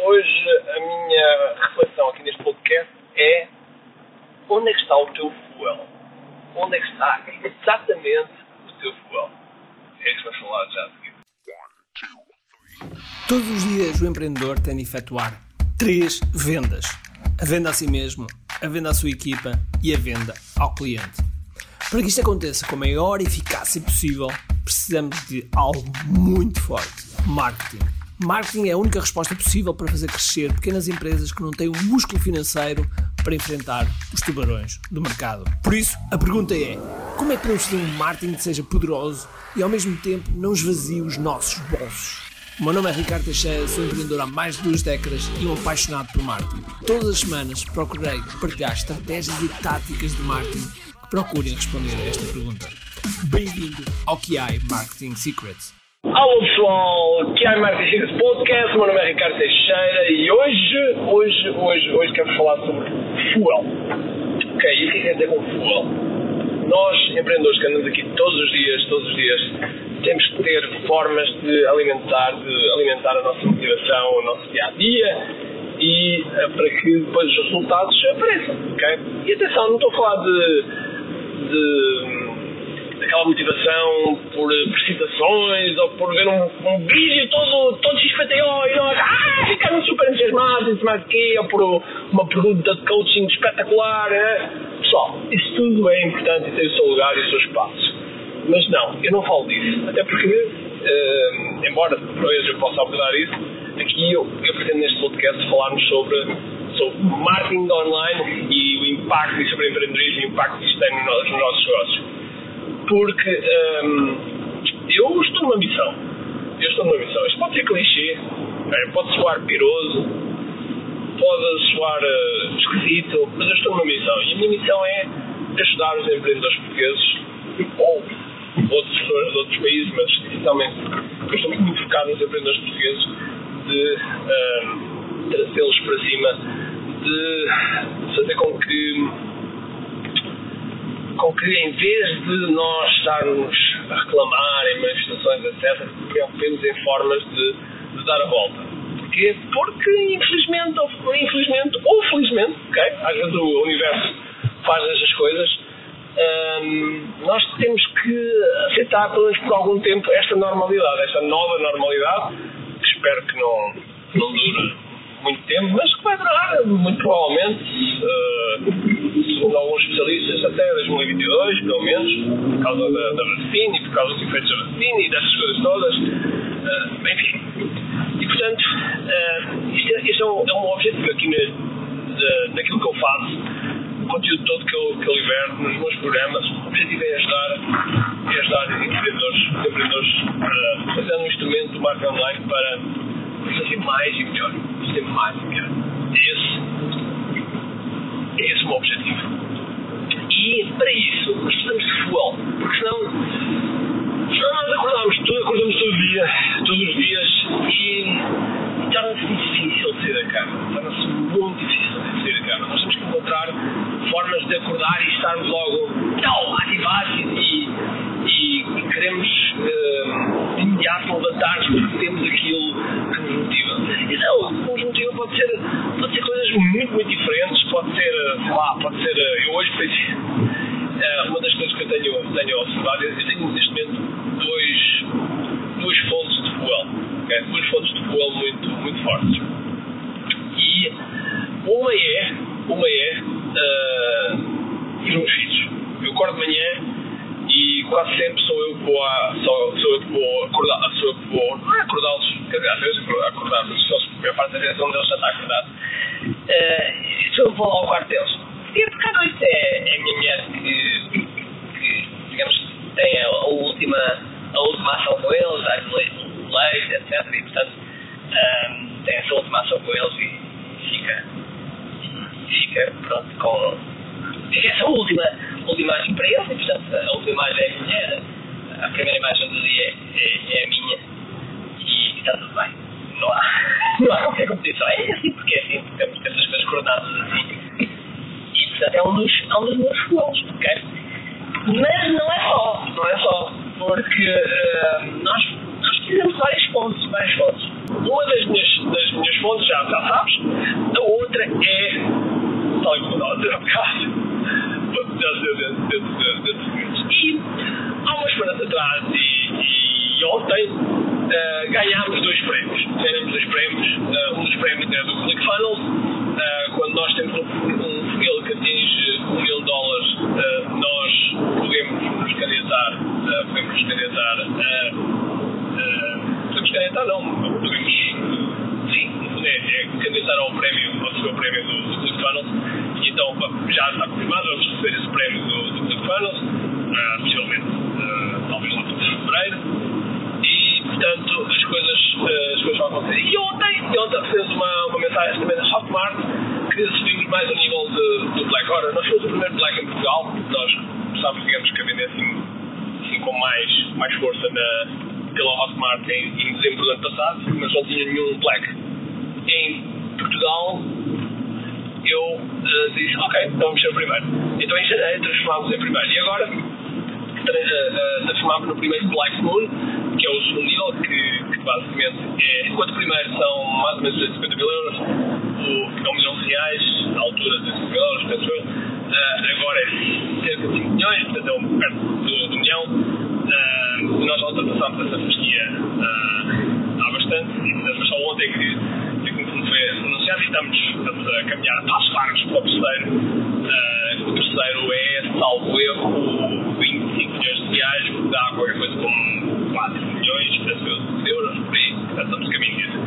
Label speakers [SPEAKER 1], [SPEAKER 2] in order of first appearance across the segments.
[SPEAKER 1] Hoje a minha reflexão aqui neste podcast é: onde é que está o teu fuel? Onde é que está exatamente o teu fuel? É isso que vamos falar já a seguir.
[SPEAKER 2] Todos os dias o empreendedor tem de efetuar 3 vendas: a venda a si mesmo, a venda à sua equipa e a venda ao cliente. Para que isto aconteça com a maior eficácia possível, precisamos de algo muito forte: marketing. Marketing é a única resposta possível para fazer crescer pequenas empresas que não têm o músculo financeiro para enfrentar os tubarões do mercado. Por isso, a pergunta é: como é que podemos fazer um marketing que seja poderoso e ao mesmo tempo não esvazie os nossos bolsos? O meu nome é Ricardo Teixeira, sou empreendedor há mais de 2 décadas e um apaixonado por marketing. Todas as semanas procurei partilhar estratégias e táticas de marketing que procurem responder a esta pergunta. Bem-vindo ao QI Marketing Secrets.
[SPEAKER 1] Alô pessoal, QI Marketing Secrets Podcast, o meu nome é Ricardo Teixeira e hoje quero falar sobre fuel. Ok, e o que quer dizer com fuel? Nós, empreendedores que andamos aqui todos os dias, temos que ter formas de alimentar a nossa motivação, o nosso dia-a-dia e para que depois os resultados apareçam, ok? E atenção, não estou a falar daquela motivação por precipitações ou por ver um vídeo todo XPTO e nós ficarmos super entusiasmados e mais que ou por uma pergunta de coaching espetacular, né? Pessoal, isso tudo é importante e tem o seu lugar e o seu espaço. Mas não, eu não falo disso. Até porque, embora por vezes eu possa abordar isso, aqui eu pretendo neste podcast falarmos sobre marketing online e o impacto, e sobre empreendedorismo e o impacto que isto tem nos nossos negócios. Porque eu estou numa missão. Isto pode ser clichê, pode soar piroso, pode soar esquisito, mas eu estou numa missão. E a minha missão é ajudar os empreendedores portugueses ou outros países, mas essencialmente eu estou muito focado nos empreendedores portugueses, de trazê-los para cima, de fazer com que em vez de nós estarmos a reclamar em manifestações, etc., preocupemos em formas de dar a volta. Porquê? Porque infelizmente ou felizmente, okay? Às vezes o universo faz essas coisas, nós temos que aceitar pelo menos por algum tempo esta normalidade, esta nova normalidade, que espero que não dure muito tempo, mas que vai durar muito provavelmente, segundo alguns especialistas, até 2022, pelo menos, por causa da vacina e por causa dos efeitos da vacina e dessas coisas todas, enfim. E portanto, este é um objetivo aqui daquilo que eu faço, o conteúdo todo que eu liberto nos meus programas. O objetivo é ajudar empreendedores fazendo um instrumento do marketing online para fazer mais e melhor. Esse é o meu objetivo. E para isso nós precisamos de fuel, porque senão nós acordamos todo dia, todos os dias, e torna-se difícil de sair da cama. Torna-se muito difícil de sair da cama. Nós temos que encontrar formas de acordar e estarmos logo ativados e queremos de imediato levantar-nos porque temos aquilo que nos motiva. E não, o que nos motiva pode ser coisas muito, muito diferentes. Pode ser, eu hoje pensei, uma das coisas que eu tenho observado, eu tenho neste momento duas fontes de fuel, okay? 2 fontes de fuel muito, muito fortes. E uma é os meus filhos. Eu acordo de manhã e quase sempre sou eu que vou acordá-los, às vezes acordar, mas a maior parte das vezes onde eles já está acordado. Sou eu que vou lá ao quarto deles. E porque à noite é a minha mulher que digamos, tem a última ação com eles, dá-lhes leite, etc. E portanto tem essa última ação com eles e fica pronto com essa última imagem para eles. E portanto a última imagem é a minha, a primeira imagem do dia é a minha, e está tudo bem. Não há qualquer competição. É assim porque temos as coisas coordenadas assim. E portanto é um dos meus fuels, ok? Mas não é só, porque nós precisamos de várias fontes. Uma das minhas fontes, já sabes, a outra é, tal como eu estava a dizer há bocado, e há umas semanas atrás e ontem ganhámos 2 prémios. Um dos prémios é do ClickFunnels. Quando nós temos um funil que atinge $1 million, nós podemos nos candidatar ao seu prémio do ClickFunnels, e então já está confirmado, vamos receber esse prémio do ClickFunnels, possivelmente talvez lá para fevereiro, e portanto as coisas vão acontecer. E ontem recebemos uma mensagem também da Hotmart que subimos mais a nível do Black Order. Nós fomos o primeiro Black em Portugal, nós começámos, digamos, que a vender assim com mais força pela Hotmart em dezembro do ano passado, mas não tinha nenhum Black em Portugal. Eu disse, ok, então vamos ser o primeiro. Então em janeiro transformámos em primeiro. E agora transformámos no primeiro Black Moon, que é o segundo nível, que basicamente enquanto o primeiro são mais ou menos 250 mil euros, que é $1 milhão, na altura de 250 mil euros, penso eu, agora é cerca de 5 milhões, portanto é perto do milhão. Nós já ultrapassámos essa fasquia há bastante, mas só ontem que foi anunciado, e estamos a caminhar a passos largos para o terceiro. O terceiro é, salvo erro, 25 milhões de reais, que dá qualquer coisa como 4 milhões de euros por aí, portanto estamos a caminho disso.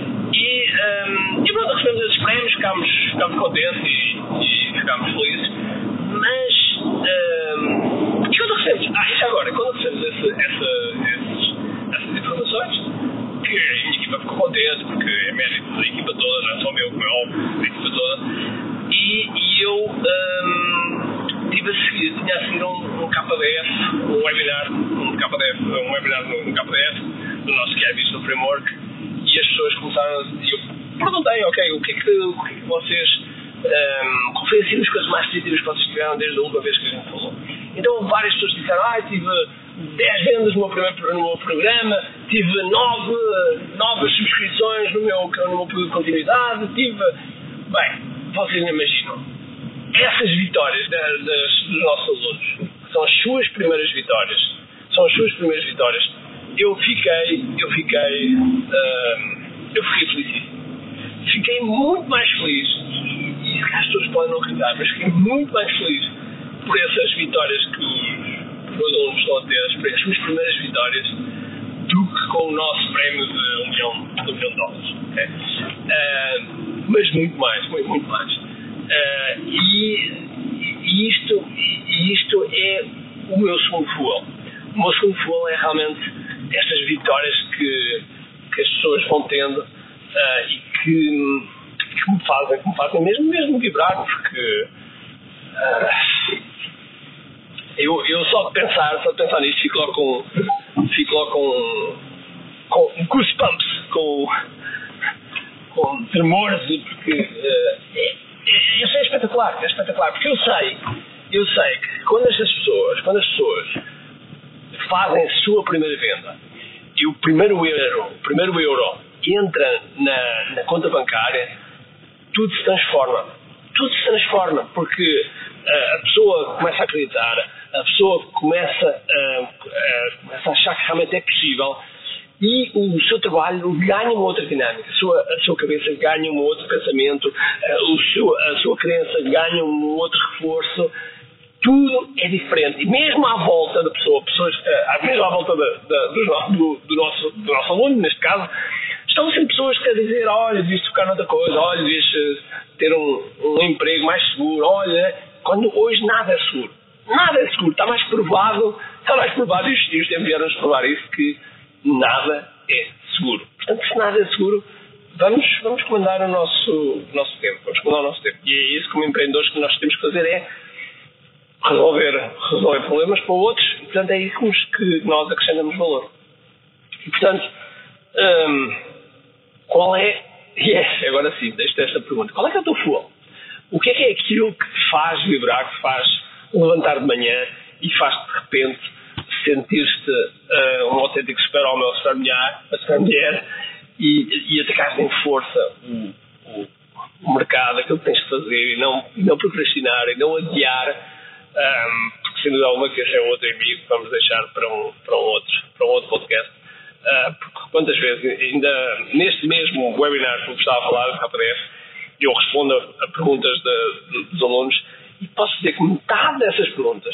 [SPEAKER 1] E pronto, recebemos esses prémios, ficámos contentes e ficámos felizes, mas e quando recebemos, isso agora, quando recebemos essas informações, que a minha equipa ficou contente, porque é mérito da equipa toda, não é só meu, como é óbvio, da equipa toda, e eu tive a seguir, tinha a seguir um KDF, um webinar no KDF, do nosso QI Digital Framework, e as pessoas começaram, e eu perguntei, ok, o que é que vocês, qual foi assim as coisas mais positivas que vocês tiveram desde a última vez que a gente falou? Então várias pessoas disseram, tive 10 vendas no meu programa, tive 9 subscrições no meu período de continuidade, bem, vocês não imaginam, essas vitórias dos nossos alunos, são as suas primeiras vitórias, eu fiquei felicíssimo. Fiquei muito mais feliz, e as pessoas podem não acreditar, mas fiquei muito mais feliz por essas vitórias que os meus alunos estão a ter, as suas primeiras vitórias, do que com o nosso prémio de $1 milhão. Okay? Mas muito mais. E isto é o meu segundo fuel. O meu segundo fuel é realmente estas vitórias que as pessoas vão tendo e que me fazem mesmo vibrar, porque eu só de pensar nisto fico logo com goosebumps, com tremores, porque isso é espetacular, porque eu sei que quando as pessoas fazem a sua primeira venda e o primeiro euro entra na conta bancária, tudo se transforma, porque a pessoa começa a acreditar, a pessoa começa a achar que realmente é possível, e o seu trabalho ganha uma outra dinâmica, a sua cabeça ganha um outro pensamento, a sua crença ganha um outro reforço, tudo é diferente. E mesmo à volta da pessoa, mesmo à volta do nosso aluno, neste caso, estão sempre pessoas que a dizer, olha, devias tocar noutra coisa, olha, devias ter um emprego mais seguro, olha, quando hoje nada é seguro, está mais provado, e os tempos vieram-nos provar isso, que nada é seguro. Portanto, se nada é seguro, vamos comandar o nosso tempo, e é isso como empreendedores que nós temos que fazer, é resolver problemas para outros, e portanto é isso que nós acrescentamos valor. E portanto, qual é, agora sim, deixo-te esta pergunta, qual é que é o teu fuel? O que é aquilo que te faz vibrar, que te faz levantar de manhã e faz-te de repente sentir-te um autêntico super-homem ou super-mulher e atacar em força o mercado, aquilo que tens de fazer, e não procrastinar e não adiar, porque sem dúvida alguma que esse é outro amigo que vamos deixar para um outro podcast. Porque quantas vezes, ainda neste mesmo webinar que eu estava a falar do KDF, eu respondo a perguntas dos alunos, e posso dizer que metade dessas perguntas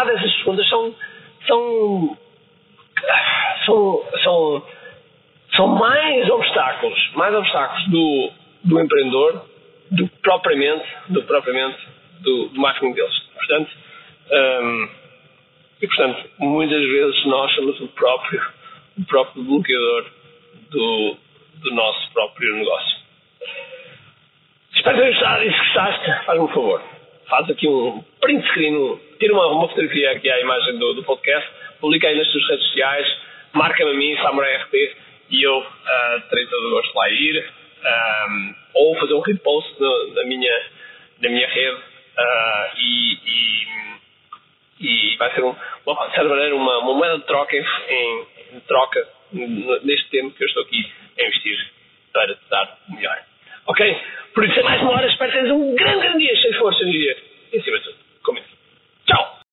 [SPEAKER 1] são mais obstáculos do empreendedor do que propriamente do marketing deles. Portanto, muitas vezes nós somos o próprio bloqueador do nosso próprio negócio. Espero que tenhas gostado, e se gostaste, faz-me um favor. Faz aqui um print screen, tira uma fotografia aqui à imagem do podcast, publica aí nas tuas redes sociais, marca-me a mim, Samurai RT, e eu terei todo o gosto de lá ir, ou fazer um repost na minha rede, e vai ser de certa maneira uma moeda de troca em troca neste tempo que eu estou aqui a investir para te dar melhor. Ok? Por isso, é mais uma hora. Espero que tenhas um grande dia, cheio de força, energia e acima de tudo.